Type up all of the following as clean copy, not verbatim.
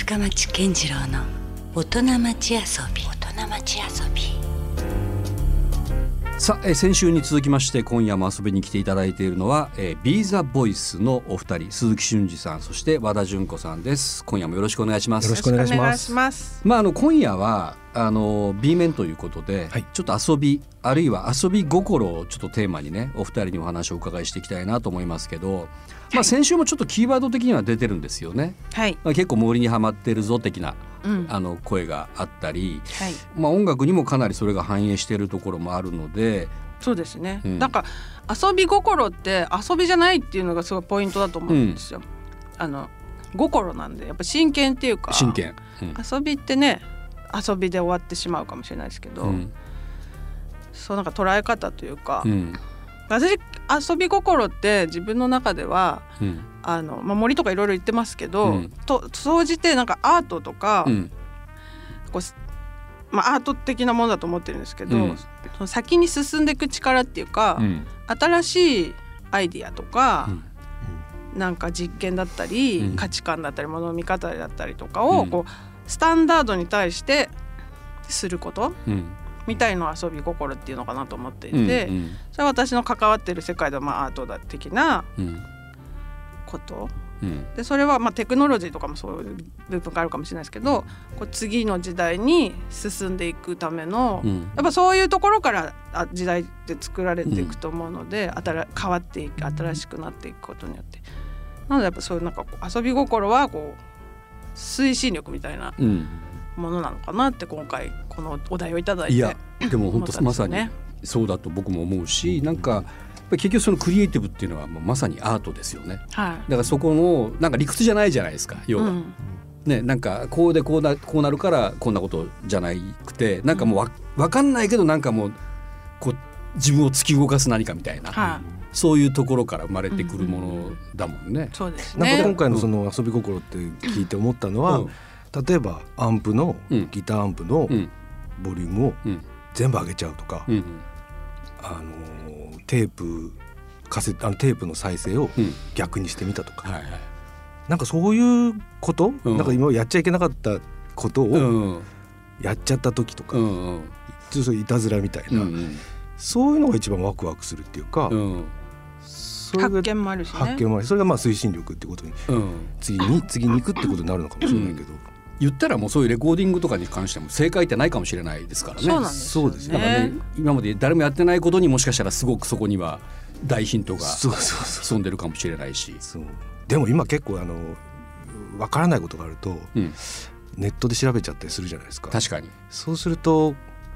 深町健次郎の大人町遊び。 さあ、先週に続きまして今夜も遊びに来ていただいているのは、ビーザボイスのお二人、鈴木俊二さん、そして和田純子さんです。今夜もよろしくお願いします。 よろしくお願いします。 今夜はB 面ということで、 はい、 ちょっと遊びあるいは遊び心をちょっとテーマにね、お二人にお話をお伺いしていきたいなと思いますけど、先週もちょっとキーワード的には出てるんですよね。 はい、 結構森にはまってるぞ的な、声があったり、 はい、 音楽にもかなりそれが反映しているところもあるので。 そうですね、なんか遊び心って遊びじゃないっていうのがすごいポイントだと思うんですよ、心なんでやっぱ真剣っていうか、 真剣、 遊びってね遊びで終わってしまうかもしれないですけど、そうなんか捉え方というか、私遊び心って自分の中では、森とかいろいろ言ってますけど、と総じてなんかアートとか、こうアート的なものだと思ってるんですけど、その先に進んでいく力っていうか、新しいアイディアとか、なんか実験だったり、価値観だったり物の見方だったりとかを、こうスタンダードに対してすること、みたいのを遊び心っていうのかなと思っていて、それは私の関わっている世界ではアート的なこと、でそれはテクノロジーとかもそういう部分があるかもしれないですけど、こう次の時代に進んでいくための、やっぱそういうところから時代って作られていくと思うので、変わっていく、新しくなっていくことによって、なのでやっぱそういうなんかこう遊び心はこう推進力みたいなものなのかなって今回このお題をいただいて、 いやでも本当まさにそうだと僕も思うし、なんか結局そのクリエイティブっていうのはまさにアートですよね、だからそこのなんか理屈じゃないじゃないですか、要は、なんかこうなるからこんなことじゃなくて、なんかもう分かんないけど、なんかもうこう自分を突き動かす何かみたいな、そういうところから生まれてくるものだもんね。 そうですね。 なんか今回のその遊び心って聞いて思ったのは、例えばアンプの、ギターアンプのボリュームを全部上げちゃうとか、テープの再生を逆にしてみたとか、なんかそういうこと、なんか今やっちゃいけなかったことをやっちゃった時とか、ちょっといたずらみたいな、そういうのが一番ワクワクするっていうか、それが発見もあるしね。 発見もある。それが推進力ってことに、次に行くってことになるのかもしれないけど、 言ったらもうそういうレコーディングとかに関しても正解ってないかもしれないですからね。 そうなんですよね。 そうですだからね、今まで誰もやってないことにもしかしたらすごくそこには大ヒントが潜んでるかもしれないし、 でも今結構分からないことがあると、ネットで調べちゃったりするじゃないですか。 確かに。 そうすると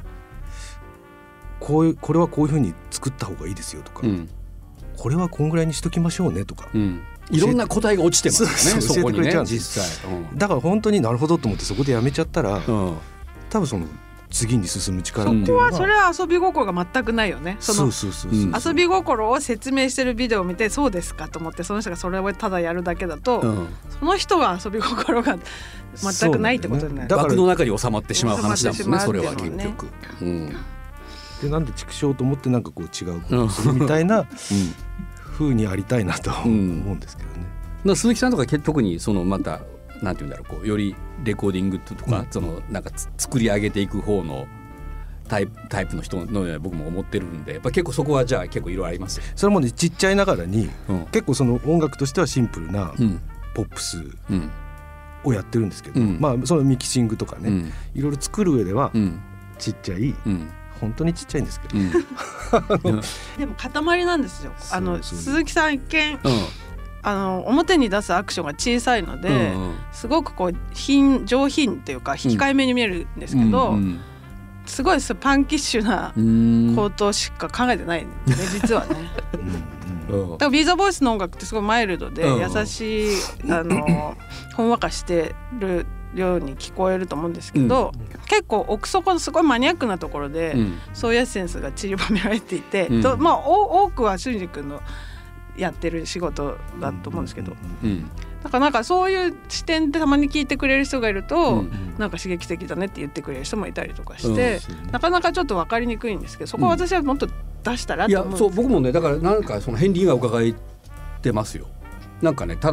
これはこういうふうに作った方がいいですよとか、これはこんぐらいにしときましょうねとか、 いろんな答えが落ちてますよね。 そこにね、 実際、 だから本当になるほどと思ってそこでやめちゃったら、多分その次に進む力っていうのは、 それは遊び心が全くないよね。 そう遊び心を説明してるビデオを見て、そうですかと思ってその人がそれをただやるだけだと、その人が遊び心が全くないってことになる。 枠の中に収まってしまう話だもんね、それは結局。 でなんで畜生と思ってなんかこう違うことをするみたいな風にありたいなと思うんですけどね。 鈴木さんとか特にそのまたなんていうんだろう、こうよりレコーディングとか、そのなんか作り上げていく方のタイプの人のように僕も思ってるんで、やっぱ結構そこはじゃあ結構いろいろありますよ。 それもね、ちっちゃいながらに、結構その音楽としてはシンプルなポップスをやってるんですけど、そのミキシングとかね、いろいろ作る上ではちっちゃい、本当にちっちゃいんですけど、 でも塊なんですよ。鈴木さん一見、表に出すアクションが小さいので、すごくこう上品っていうか控えめに見えるんですけど、すごいパンキッシュなコートしか考えてないんですね、実はね。だからビーザボイスの音楽ってすごいマイルドで優しい、ほんわかしてるように聞こえると思うんですけど、結構奥底のすごいマニアックなところで、そういうエッセンスが散りばめられていて、多くは俊二君のやってる仕事だと思うんですけど、だからなんかそういう視点でたまに聞いてくれる人がいると、なんか刺激的だねって言ってくれる人もいたりとかして、なかなかちょっと分かりにくいんですけど、そこは私はもっと出したらと思うんです。 いや、そう僕もね、だからなんかその片鱗が伺ってますよ。なんかね、ただ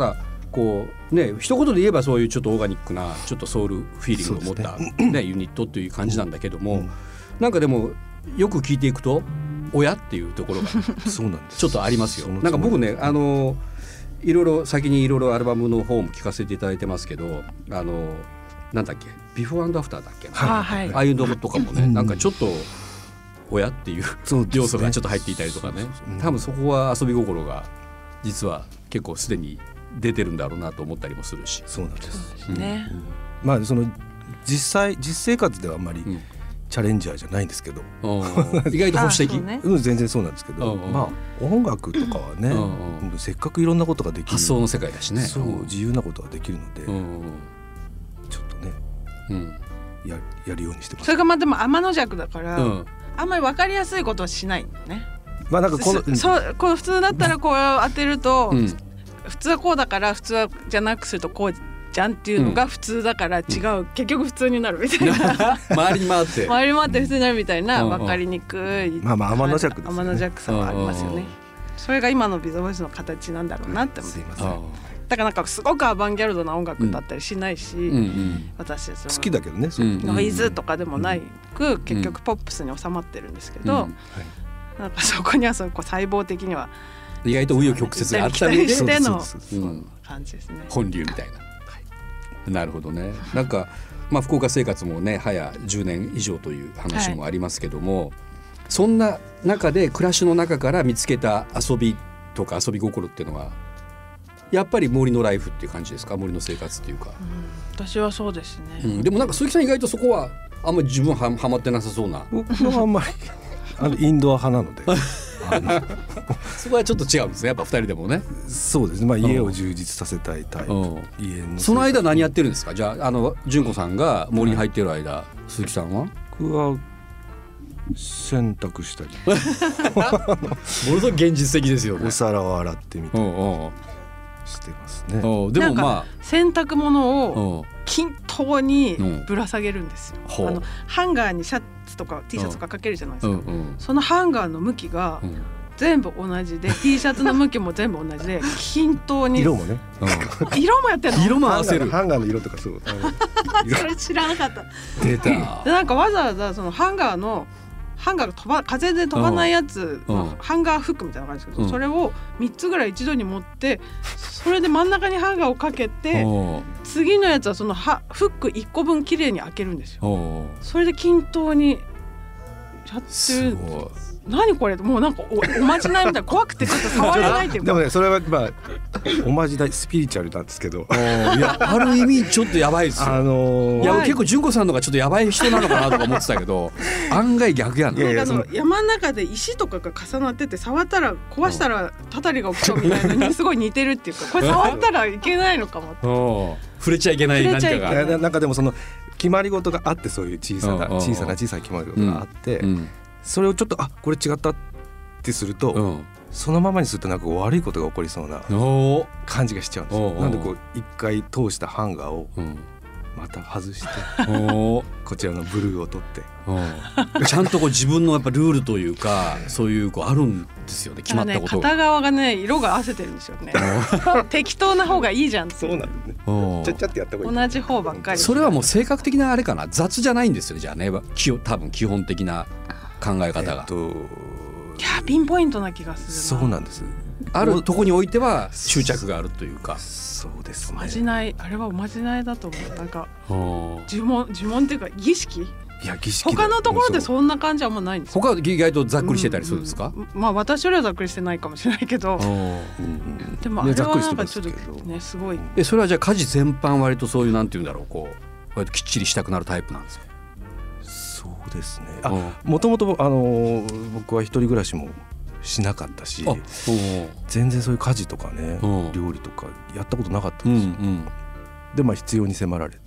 こうね一言で言えばそういうちょっとオーガニックなちょっとソウルフィーリングを持った、ねユニットっていう感じなんだけども、なんかでもよく聞いていくと親っていうところがそうなんですちょっとありますよ。なんか僕ねいろいろ先にいろいろアルバムの方も聞かせていただいてますけどなんだっけビフォー&アフターだっけ、ああいうのとかもね、なんかちょっと親っていう要素がちょっと入っていたりとかね、多分そこは遊び心が実は結構すでに出てるんだろうなと思ったりもするし。 そうなんです、 ね。 まあその実生活ではあんまりチャレンジャーじゃないんですけど、 意外と保守的、 全然そうなんですけど、まあ音楽とかはね、せっかくいろんなことができる発想の世界だしね、 そう自由なことができるので、ちょっとね、やるようにしてます。 それがまあでも天の弱だから、あんまり分かりやすいことはしないんだね。 まあなんかこの普通だったらこう当てると、普通はこうだから普通はじゃなくするとこうじゃんっていうのが普通だから違う、結局普通になるみたいな周りに回って普通になるみたいな分かりにくい、 まあ天の弱ですね。 天の弱さはありますよね。それが今のビザボイスの形なんだろうなって思ってます。だからなんかすごくアバンギャルドな音楽だったりしないし、私たちは好きだけどね、 ノイズとかでもないく、結局ポップスに収まってるんですけど、なんかそこには細胞的には意外と紆余曲折があった上でしての感じですね。 本流みたいな、なるほどね。なんか、まあ、福岡生活もね早10年以上という話もありますけども、そんな中で暮らしの中から見つけた遊びとか遊び心っていうのはやっぱり森のライフっていう感じですか？森の生活っていうか、 私はそうですね、 でもなんか鈴木さん意外とそこはあんまり自分はまってなさそうな。 僕はあんまりインドア派なのでそこはちょっと違うんですね、やっぱ2人でもね。 そうですね、まあ、家を充実させたいタイプ、家のその間何やってるんですか？じゃあ純子さんが森に入ってる間、鈴木さんは？ 僕は洗濯したりものすごく現実的ですよね。 お皿を洗ってみたりしてますね。 でもまあ洗濯物を均等にぶら下げるんですよ。ハンガーにシャツとか T シャツとかかけるじゃないですか、そのハンガーの向きが全部同じで、T シャツの向きも全部同じで均等に色もね、 色もやってるの？ 色も合わせる。 ハンガーの色とかそうそれ知らなかった。 出た。 でなんかわざわざそのハンガーが風で飛ばないやつ、ハンガーフックみたいな感じですけど、それを3つぐらい一度に持って、それで真ん中にハンガーをかけて、次のやつはそのフック1個分きれいに開けるんですよ。それで均等にやってる。何これ、もうなんか おまじないみたいな、怖くてちょっと触れないっていうか。 でもね、それはまあおまじないスピリチュアルなんですけど、 いやある意味ちょっとやばいですよ。いや結構純子さんのがちょっとやばい人なのかなとか思ってたけど案外逆やん。 山の中で石とかが重なってて、触ったら壊したらたたりが起きそうみたいなのにすごい似てるっていうか、これ触ったらいけないのかもって触れちゃいけない何かが、 なんかでもその決まり事があって、そういう小さな決まり事があって、それをちょっとこれ違ったってすると、そのままにするとなんか悪いことが起こりそうな感じがしちゃうんですよ。なんでこう一回通したハンガーをまた外してこちらのブルーを取ってちゃんとこう自分のやっぱルールというかそういうあるんですよね、決まったことが。 片側がね色が合わせてるんですよね適当な方がいいじゃんって。 そうなんですね。ちゃっちゃってやった方がいい。 同じ方ばっかり。 それはもう性格的なあれかな、雑じゃないんですよね。じゃあね、多分基本的な考え方が、 いやピンポイントな気がするな。 そうなんです。 あるとこにおいては執着があるというか。 そうですね。 おまじない、あれはおまじないだと思う。なんか呪文っていうか儀式。 いや儀式。 他のところでそんな感じはあんまないんですよ。 他は意外とざっくりしてたりするんですか？ まあ私よりはざっくりしてないかもしれないけど、でもあれはなんかちょっとねすごい。 それはじゃあ家事全般割とそういうなんていうんだろう、こう割ときっちりしたくなるタイプなんですか？ そうですね。もともと僕は一人暮らしもしなかったし、全然そういう家事とかね、料理とかやったことなかったんですよ。でまあ必要に迫られて、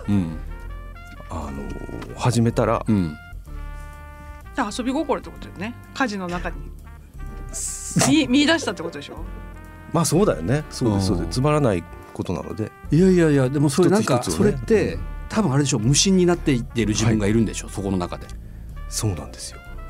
始めたら、 遊び心ってことよね。家事の中に見出したってことでしょ。 まあそうだよね。そうですつまらないことなので。 いやでもそれなんかそれって多分あれでしょ、無心になっていっている自分がいるんでしょ、そこの中で。 そうなんですよ。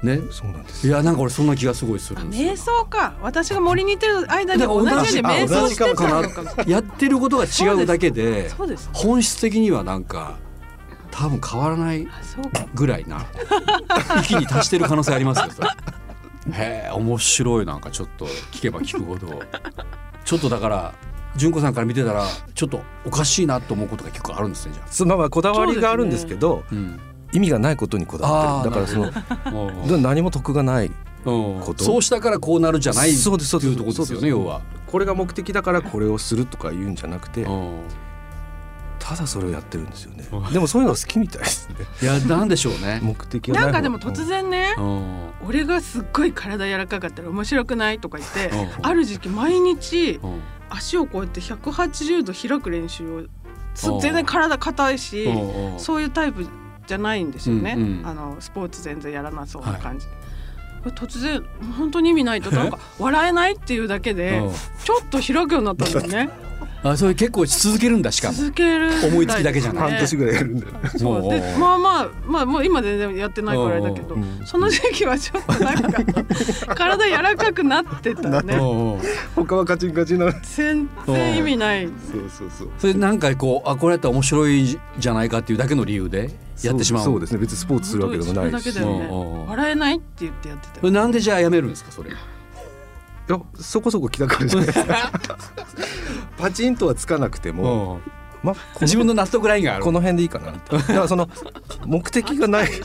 ね、そうなんです。 いやなんか俺そんな気がすごいするんですよ。 瞑想か。私が森にいてる間に同じように瞑想してたのかな。 やってることが違うだけで本質的にはなんか多分変わらないぐらいな域に達してる可能性ありますよ。へえ面白い。なんかちょっと聞けば聞くほどちょっとだから純子さんから見てたらちょっとおかしいなと思うことが結構あるんですね。じゃあそのこだわりがあるんですけど、意味がないことにこだわってる。だからその何も得がないこと、 そうしたからこうなるじゃないっていうところですよね。要はこれが目的だからこれをするとか言うんじゃなくて、ただそれをやってるんですよね。でもそういうのが好きみたいですね。 いやなんでしょうね。 目的はない。 なんかでも突然ね、俺がすっごい体柔らかかったら面白くないとか言ってある時期毎日足をこうやって180度開く練習を全然体硬いしそういうタイプじゃないんですよね。スポーツ全然やらなそうな感じ、突然本当に意味ないとなんか笑えないっていうだけでちょっと開くようになったんだよね。 それ結構続けるんだ。しかも続ける思いつきだけじゃない。 半年ぐらいやるんだよ。 そうでまあもう今全然やってないからだけど、その時期はちょっとなんか体柔らかくなってたね。 他はカチンカチンな。 全然意味ない。 そう。 それなんかこうこれやったら面白いじゃないかっていうだけの理由でやってしまう。 そうですね。別にスポーツするわけでもないし。 それだけだよね。笑えないって言ってやってた。 それなんでじゃあやめるんですかそれ。 いやそこそこ来たからじゃないですか。パチンとはつかなくても、 自分の納得ラインがある。 この辺でいいかな。だからその目的がない。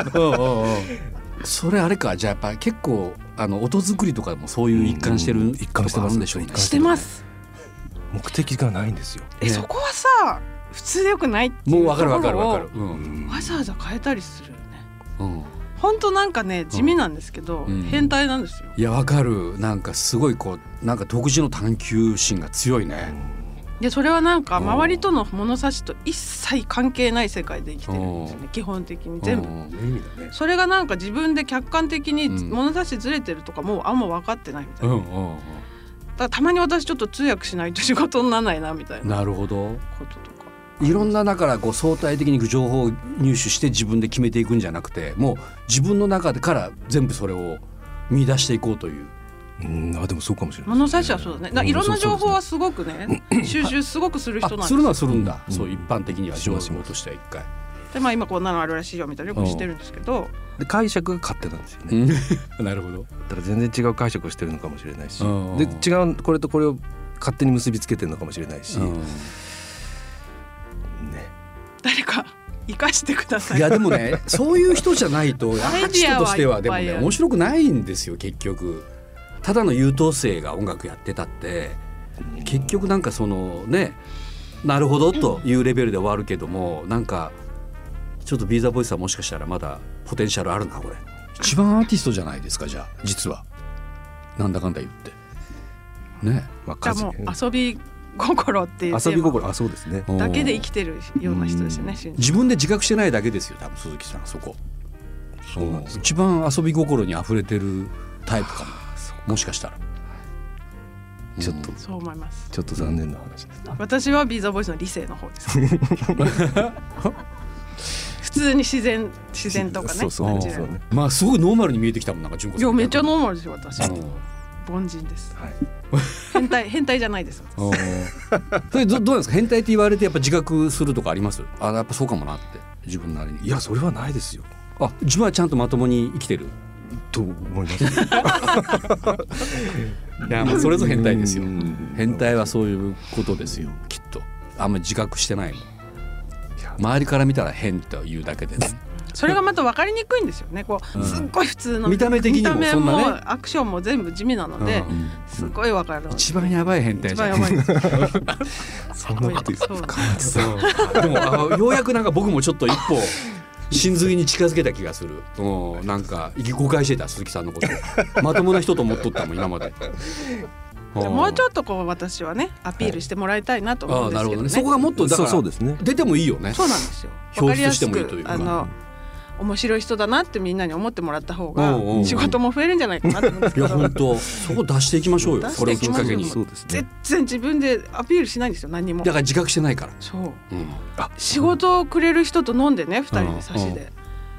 それあれか。じゃあやっぱ結構音作りとかもそういう一貫してる一貫してますんでしょうね。 してます。 目的がないんですよ。 そこはさ普通でよくないっていうところをもう分かる。 わざわざ変えたりするよね。本当なんかね地味なんですけど、変態なんですよ。 いやわかる。なんかすごいこうなんか独自の探求心が強いね。 でそれはなんか周りとの物差しと一切関係ない世界で生きてるんですよね。基本的に全部。それがなんか自分で客観的に物差しずれてるとかもうあんま分かってないみたいな。だからたまに私ちょっと通訳しないと仕事にならないなみたいな。 なるほど。 こととか。 いろんなだからこう相対的に情報を入手して自分で決めていくんじゃなくて、もう自分の中でから全部それを見出していこうという。 でもそうかもしれない。 物差しはそうだね。いろんな情報はすごくね収集すごくする人なんですよ。 するのはするんだ。そう一般的には情報としては一回。 で今こんなのあるらしいよみたいなよく知ってるんですけど。 で解釈が勝手なんですよね。 なるほど。 だから全然違う解釈をしてるのかもしれないし、で違うこれとこれを勝手に結びつけてるのかもしれないし。 誰か生かしてください。 いやでもねそういう人じゃないとアーティストとしてはでもね面白くないんですよ結局。ただの優等生が音楽やってたって結局なんかそのねなるほどというレベルで終わるけども、なんかちょっとビーザボイスはもしかしたらまだポテンシャルあるなこれ。一番アーティストじゃないですかじゃあ実はなんだかんだ言ってね。 じゃあもう遊び心っていう遊び心そうですねだけで生きてるような人ですよね。 自分で自覚してないだけですよ多分鈴木さんそこ。そうなんです。一番遊び心に溢れてるタイプかももしかしたら。 ちょっとそう思います。 ちょっと残念な話です。 私はビーザボイスの理性の方です。普通に自然とかね。 そうまあすごいノーマルに見えてきたもんなんか純子さん。 いやめっちゃノーマルですよ私。凡人です。変態じゃないです。 それどうなんですか。変態って言われてやっぱ自覚するとかあります。やっぱそうかもなって自分なりに。 いやそれはないですよ。 自分はちゃんとまともに生きてると思います。 いやもうそれぞれ変態ですよ。変態はそういうことですよきっと。あんまり自覚してないの。周りから見たら変というだけでね。 それがまた分かりにくいんですよね。こうすっごい普通の見た目的にもそんなね。 見た目もアクションも全部地味なのですごい分かる。 一番やばい変態じゃん。 そんなこと言う。でもようやくなんか僕もちょっと一歩真髄に近づけた気がする。なんか誤解してた鈴木さんのことまともな人と思っとったもん今まで。 もうちょっとこう私はねアピールしてもらいたいなと思うんですけどね。 そこがもっとだから出てもいいよね。 そうなんですよ。 表出してもいいというか。 面白い人だなってみんなに思ってもらった方が仕事も増えるんじゃないかなと思うんですけど。 いや本当そこ出していきましょうよ。これをきっかけに。 全然自分でアピールしないんですよ何も。 だから自覚してないから。 そう。仕事をくれる人と飲んでね2人で差しで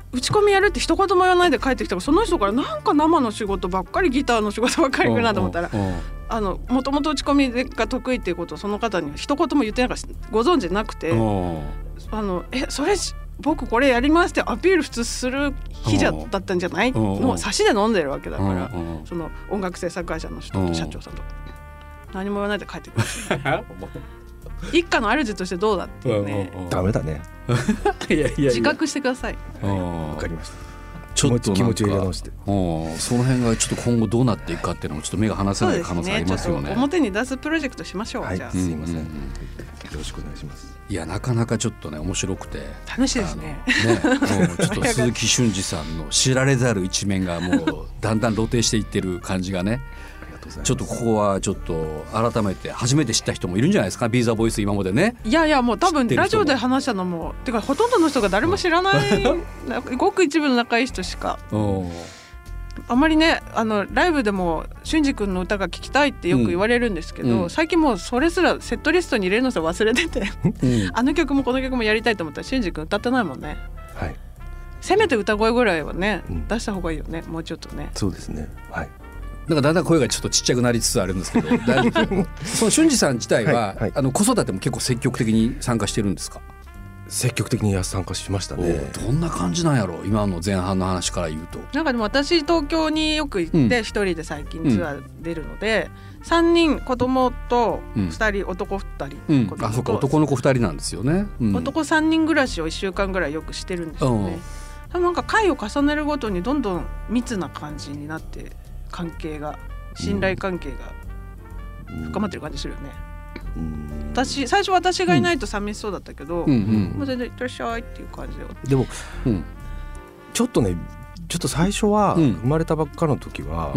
打ち込みやるって一言も言わないで帰ってきたから、その人からなんか生の仕事ばっかり、ギターの仕事ばっかり来るなと思ったら、もともと打ち込みが得意っていうことをその方に一言も言ってないからご存知なくて、それ僕これやりますってアピール普通する日だったんじゃないの差しで飲んでるわけだから、その音楽制作会社の人と社長さんと何も言わないで帰ってくる一家の主としてどうだっていうね。 ダメだね自覚してください。 わかりました。 ちょっと気持ちを入れ直して、 その辺がちょっと今後どうなっていくかっていうのもちょっと目が離せない可能性ありますよね。 ちょっと表に出すプロジェクトしましょう。じゃあすいません、よろしくお願いします。 いや、なかなかちょっとね面白くて楽しいですね。 ちょっと鈴木俊二さんの知られざる一面がもうだんだん露呈していってる感じがねちょっとここはちょっと改めて初めて知った人もいるんじゃないですか、ビーザボイス今までね。 いやもう多分ラジオで話したのもてかほとんどの人が誰も知らないごく一部の仲いい人しかあんまりね、ライブでも俊二君の歌が聴きたいってよく言われるんですけど、最近もうそれすらセットリストに入れるのさ忘れててあの曲もこの曲もやりたいと思ったら俊二君歌ってないもんね。せめて歌声ぐらいはね、出した方がいいよね、もうちょっとね。 そうですね。 なんかだんだん声がちょっとちっちゃくなりつつあるんですけどその俊二さん自体は、子育ても結構積極的に参加してるんですか？ 積極的に参加しましたね。 どんな感じなんやろ今の前半の話から言うと。 なんかでも私東京によく行って一人で最近ツアー出るので、3人子供と2人、男2人、 あ、そうか、男の子2人なんですよね。 男3人暮らしを1週間ぐらいよくしてるんですよね。なんか回を重ねるごとにどんどん密な感じになって関係が信頼関係が深まってる感じするよね。最初私がいないと寂しそうだったけど、もう全然いってらっしゃいっていう感じで。 でも、ちょっと最初は生まれたばっかの時は、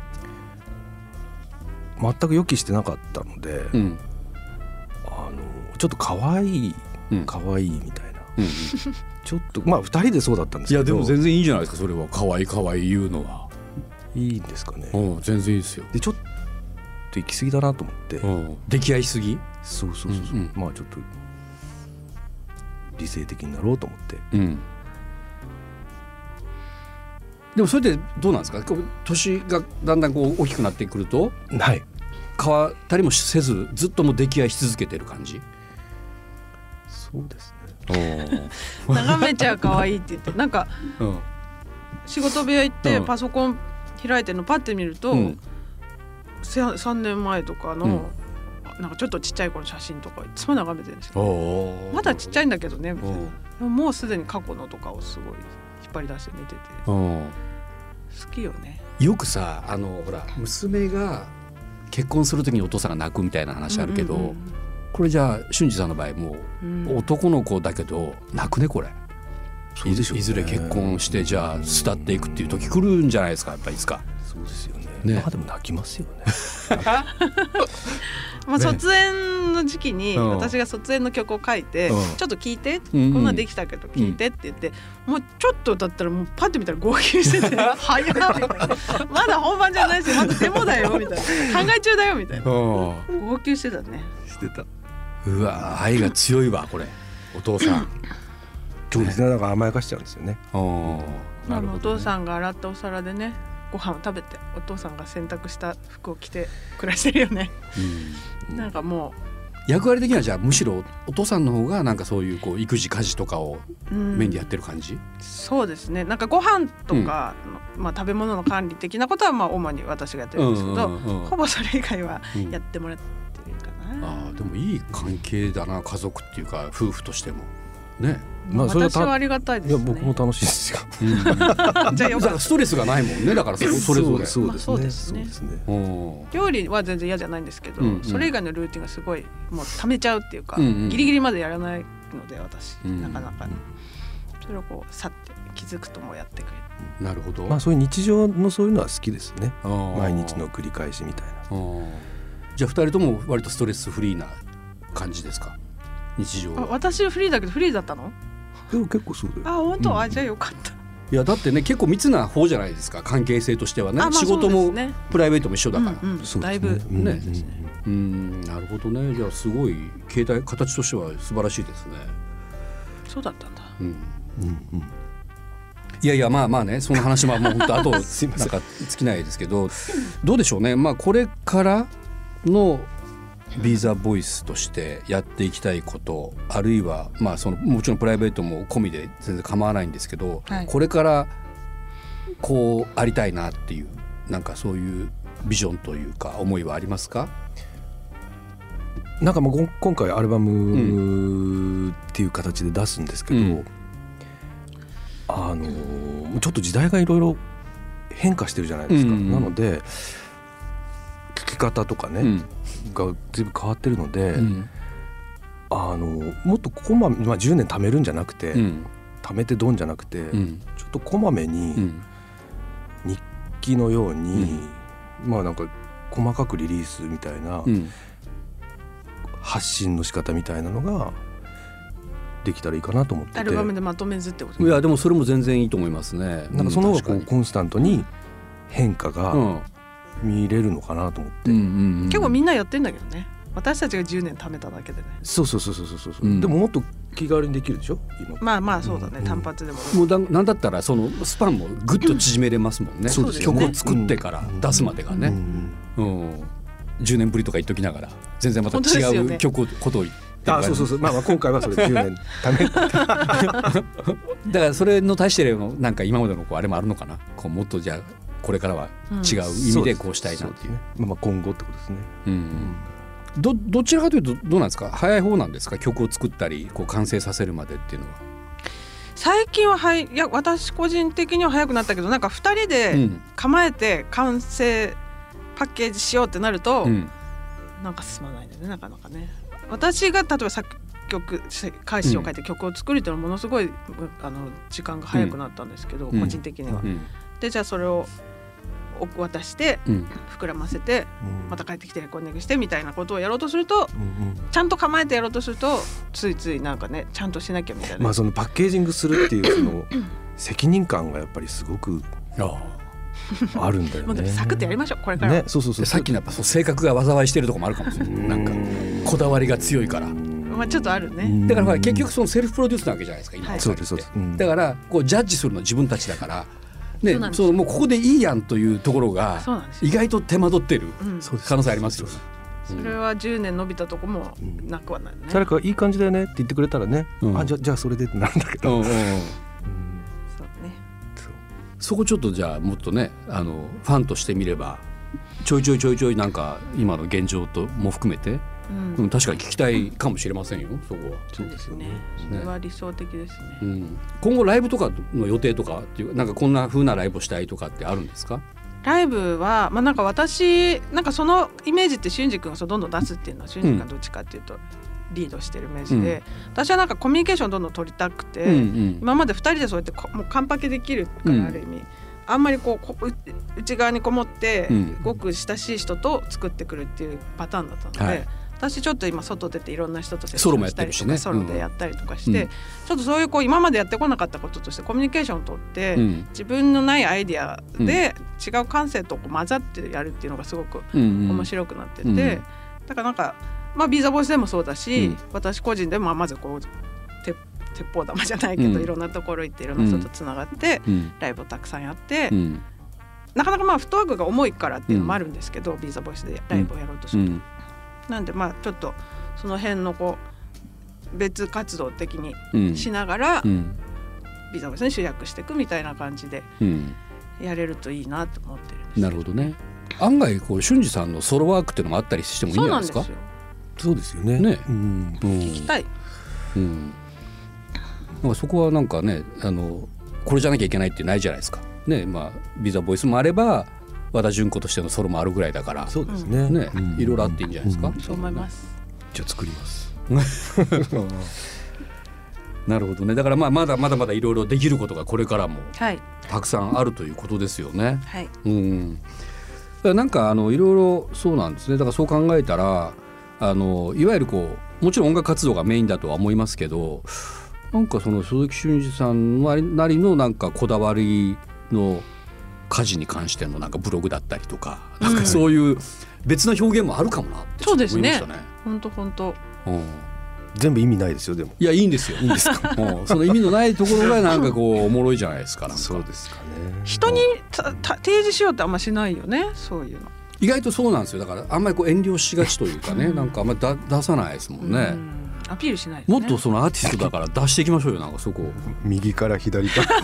全く予期してなかったので、ちょっと可愛いみたいな、ちょっと2人でそうだったんですけど。 いやでも全然いいんじゃないですか、それは可愛い可愛い言うのは。 いいんですかね。 全然いいですよ。 でちょっと行き過ぎだなと思って、 溺愛しすぎ。 そう、まあちょっと理性的になろうと思って、 でもそれでどうなんですか、年がだんだんこう大きくなってくると、変わったりもせずずっともう溺愛し続けてる感じ。 そうですね。眺めちゃう可愛いって言って、なんか、仕事部屋行ってパソコン開いてるのパッて見ると、3年前とかの、なんかちょっとちっちゃい頃の写真とかいつも眺めてるんですよ。まだちっちゃいんだけどねみたいな。もうすでに過去のとかをすごい引っ張り出して見てて好きよね。 よくさ、ほら娘が結婚する時にお父さんが泣くみたいな話あるけど、これじゃあ俊二さんの場合もう男の子だけど泣くねこれ。いずれ結婚してじゃあ巣立っていくっていう時来るんじゃないですか、やっぱりいつか。 そうですよね。まあでも泣きますよね。 卒園の時期に私が卒園の曲を書いて、ちょっと聞いて、こんなんできたけど聞いてって言って、もうちょっと歌ったらもうパッて見たら号泣してて早いみたいな、まだ本番じゃないしまだデモだよみたいな、考え中だよみたいな、号泣してたね。 してた。 うわ、愛が強いわこれお父さん。 そうですね、だから甘やかしちゃうんですよね。 お父さんが洗ったお皿でねご飯を食べて、お父さんが洗濯した服を着て暮らしてるよね。なんかもう役割的にはじゃあむしろお父さんの方がなんかそういうこう育児家事とかをメインでやってる感じ。 そうですね。なんかご飯とか、食べ物の管理的なことは主に私がやってるんですけど、ほぼそれ以外はやってもらってるかな。 でもいい関係だな、家族っていうか夫婦としてもね。 私はありがたいですね。 いや僕も楽しいですよ。 じゃあストレスがないもんね。だからそれぞれ。 そうですね。 料理は全然嫌じゃないんですけど、それ以外のルーティンがすごいもう溜めちゃうっていうか、ギリギリまでやらないので私、なかなかそれをこうさって気づくともやってくれる。 なるほど。 そういう日常のそういうのは好きですね。毎日の繰り返しみたいな。 じゃあ2人とも割とストレスフリーな感じですか、日常は。 私フリーだけどフリーだったの？ でも結構そうだよ。 本当？じゃあよかった。 いやだってね、結構密な方じゃないですか、関係性としてはね。仕事もプライベートも一緒だから。 だいぶね。 なるほどね。じゃあすごい形としては素晴らしいですね。 そうだったんだ。 いやいやまあねその話はもう本当あとなんか尽きないですけどどうでしょうね。これからのBe the Voiceとしてやっていきたいことあるいはそのもちろんプライベートも込みで全然構わないんですけど、はい、これからこうありたいなっていうなんかそういうビジョンというか思いはありますか？ なんかもう今回アルバムっていう形で出すんですけど、ちょっと時代がいろいろ変化してるじゃないですか、なので聞き方とかね、が随分変わってるので、もっとこまめ、10年貯めるんじゃなくて、貯めてドンじゃなくて、ちょっとこまめに日記のように、なんか細かくリリースみたいな、発信の仕方みたいなのができたらいいかなと思ってて。 アルバムでまとめずってこと？ いやでもそれも全然いいと思いますね。 なんかその方がコンスタントに変化が見れるのかなと思って、 結構みんなやってんだけどね。私たちが10年貯めただけでね。 そう、でももっと気軽にできるでしょ今。 まあそうだね、単発でももうなんだったらそのスパンもぐっと縮めれますもんね。そうですよね。曲を作ってから出すまでがね、10年ぶりとか言っときながら全然また違う曲ことを言って、 そう、今回はそれ10年貯めだからそれの対してのなんか今までのあれもあるのかな。もっとじゃあこれからは違う意味でこうしたいなっていう、 今後ってことですね。 どちらかというとどうなんですか？早い方なんですか？曲を作ったり完成させるまでっていうのは。 最近はいや私個人的には早くなったけど、なんか2人で構えて完成パッケージしようってなると、なんか進まないんだよね、なかなかね。私が例えば作曲歌詞を書いて曲を作るっていうのはものすごい時間が早くなったんですけど、個人的には。でじゃあそれを渡して膨らませて、また帰ってきてレコーディングしてみたいなことをやろうとすると、ちゃんと構えてやろうとするとついついなんかねちゃんとしなきゃみたいな、 そのパッケージングするっていうその責任感がやっぱりすごくあるんだよね。 もうでもサクッとやりましょうこれから、ね、 そうさっきのやっぱ性格が災いしてるところもあるかもしれない。なんかこだわりが強いから、 ちょっとあるね。 だから結局そのセルフプロデュースなわけじゃないですか今。そうです。だからジャッジするのは自分たちだからね、そうもうここでいいやんというところが意外と手間取ってる可能性ありますよね。 それは10年伸びたとこもなくはないね。 誰かいい感じだよねって言ってくれたらね、じゃあそれでってなるんだけど、 そこちょっとじゃあもっとねファンとしてみればちょいちょいなんか今の現状とも含めて、確かに聞きたいかもしれませんよ、そこは。 そうですね。それは理想的ですね。 今後ライブとかの予定とかっていうなんかこんな風なライブをしたいとかってあるんですか？ ライブはなんか私なんかそのイメージって俊二君がどんどん出すっていうのは俊二君がどっちかっていうとリードしてるイメージで、私はなんかコミュニケーションどんどん取りたくて、今まで2人でそうやってもう完パケできるからある意味、あんまり内側にこもってごく親しい人と作ってくるっていうパターンだったので、私ちょっと今外出ていろんな人と接触したりとかソロでやったりとかして、ちょっとそういう今までやってこなかったこととしてコミュニケーションを取って、自分のないアイディアで違う感性と混ざってやるっていうのがすごく面白くなってて、だからなんかビザボイスでもそうだし、私個人でもまず鉄砲玉じゃないけど、いろんなところ行っていろんな人とつながって、ライブをたくさんやって、なかなかフットワークが重いからっていうのもあるんですけど、ビザボイスでライブをやろうとすると、なんでちょっとその辺の別活動的にしながら、ビザボイスに集約していくみたいな感じでやれるといいなと思ってるんです。 なるほどね。案外俊二さんのソロワークっていうのもあったりしてもいいんじゃないですか？ そうですよね。 聞きたい。 なんかそこはなんかねこれじゃなきゃいけないってないじゃないですか。ね、ビザボイスもあれば和田純子としてのソロもあるぐらいだから、 そうですね。 いろいろあっていいんじゃないですか。 そう思います。 じゃあ作ります。 なるほどね。だからまだいろいろできることがこれからもたくさんあるということですよね。 はい。 なんかいろいろそうなんですね。だからそう考えたらいわゆるもちろん音楽活動がメインだとは思いますけど、なんかその鈴木俊二さんなりのなんかこだわりの家事に関してのなんかブログだったりとか、なんかそういう別の表現もあるかもなってちょっと思いましたね。 本当。 全部意味ないですよ。でもいやいいんですよ。いいんですかその意味のないところがなんかこうおもろいじゃないですか。なんかそうですかね。 人に提示しようってあんましないよね、そういうの。 意外とそうなんですよ。だからあんまりこう遠慮しがちというかね、なんかあんまり出さないですもんね。 アピールしないですね。 もっとそのアーティストだから出していきましょうよ。なんかそこ右から左から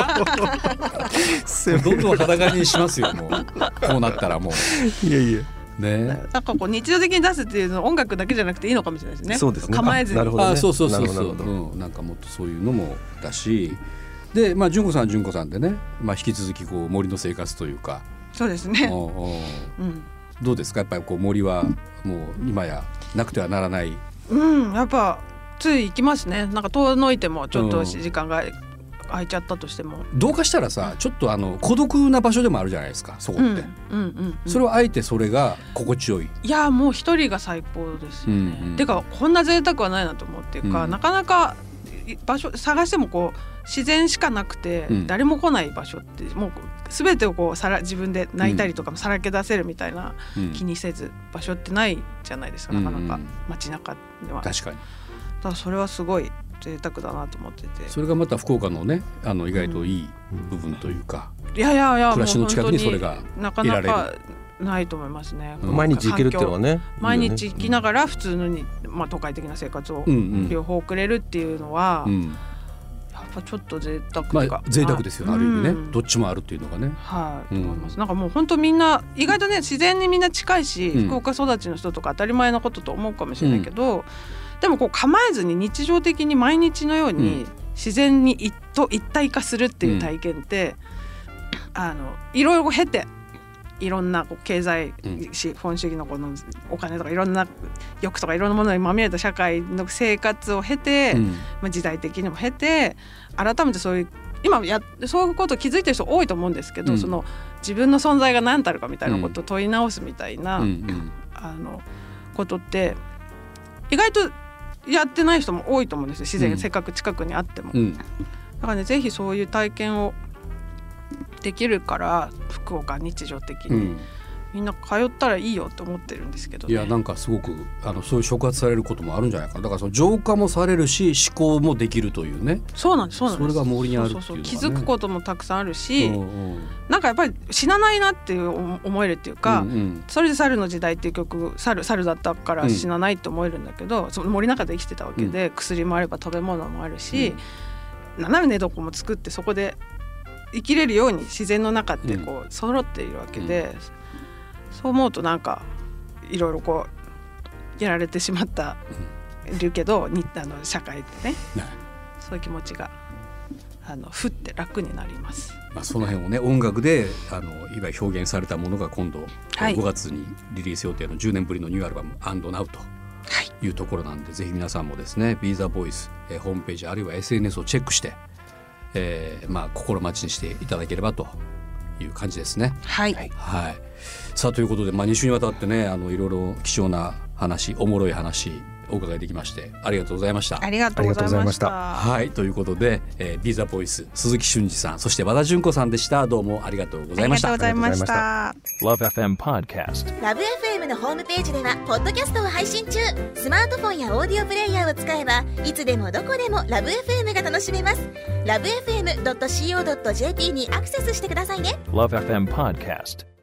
どんどん裸にしますよ。もうこうなったらもういやいやね、 なんかこう日常的に出すっていうの音楽だけじゃなくていいのかもしれないですね。 そうですね。 構えずに。 なるほどね。 そうそう、なんかもっとそういうのもだし、でまあ純子さんは純子さんでね、まあ引き続きこう森の生活というか。 そうですね。 どうですか、やっぱりこう森はもう今やなくてはならない。 やっぱつい行きますね。なんか遠のいてもちょっと時間が空いちゃったとしても、 どうかしたらさ、ちょっと孤独な場所でもあるじゃないですか、そこって。それはあえてそれが心地よい。 いやもう一人が最高ですよね。てかこんな贅沢はないなと思うっていうか、なかなか場所探してもこう自然しかなくて、誰も来ない場所ってもう全てをこう自分で泣いたりとかもさらけ出せるみたいな、気にせず場所ってないじゃないですか、なかなか街中では。 確かに。 だからそれはすごい贅沢だなと思ってて、 それがまた福岡のね意外といい部分というか、 いや暮らしの近くにそれがなかなかないと思いますね。 毎日行けるっていうのはね、 毎日行きながら普通のに、都会的な生活を両方送れるっていうのは、やっぱちょっと贅沢というか、 贅沢ですよね、ある意味ね、どっちもあるっていうのがね。 と思います。なんかもう本当みんな意外とね自然にみんな近いし、福岡育ちの人とか当たり前のことと思うかもしれないけど、でもこう構えずに日常的に毎日のように自然に一体化するっていう体験って、いろいろ経て、いろんなこう経済資本主義のこのお金とかいろんな欲とかいろんなものにまみれた社会の生活を経て、時代的にも経て、改めてそういうそういうことを気づいてる人多いと思うんですけど、その自分の存在が何たるかみたいなことを問い直すみたいな、ことって意外とやってない人も多いと思うんですよ、自然がせっかく近くにあっても。だからね、ぜひそういう体験をできるから福岡日常的に、みんな通ったらいいよと思ってるんですけどね。 いやなんかすごくそういう触発されることもあるんじゃないかな。だからその浄化もされるし思考もできるというね。 そうなんです。 それが森にあるっていうのはね、 気づくこともたくさんあるし、なんかやっぱり死なないなっていう思えるっていうか、それで猿の時代っていう曲、猿だったから死なないって思えるんだけど、その森の中で生きてたわけで、薬もあれば食べ物もあるし、斜め寝床も作ってそこで生きれるように自然の中ってこう揃っているわけで、そう思うとなんかいろいろこうやられてしまったるけど、社会でね、そういう気持ちがふって楽になります。 その辺をね音楽でいわゆる表現されたものが今度5月にリリース予定の10年ぶりのニューアルバム &Now というところなんで、ぜひ皆さんもですね Be the Voice、ホームページあるいは SNS をチェックして、心待ちにしていただければという感じですね。 はい、 さあということで、2週にわたってねいろいろ貴重な話、おもろい話お伺いできましてありがとうございました。 ありがとうございました。 はい、ということで、Be the Voice 鈴木俊二さん、そして和田純子さんでした。どうもありがとうございました。 ありがとうございました。 LoveFM Podcast LoveFM のホームページではポッドキャストを配信中。スマートフォンやオーディオプレイヤーを使えばいつでもどこでも LoveFM が楽しめます。 LoveFM.co.jp にアクセスしてくださいね。 LoveFM Podcast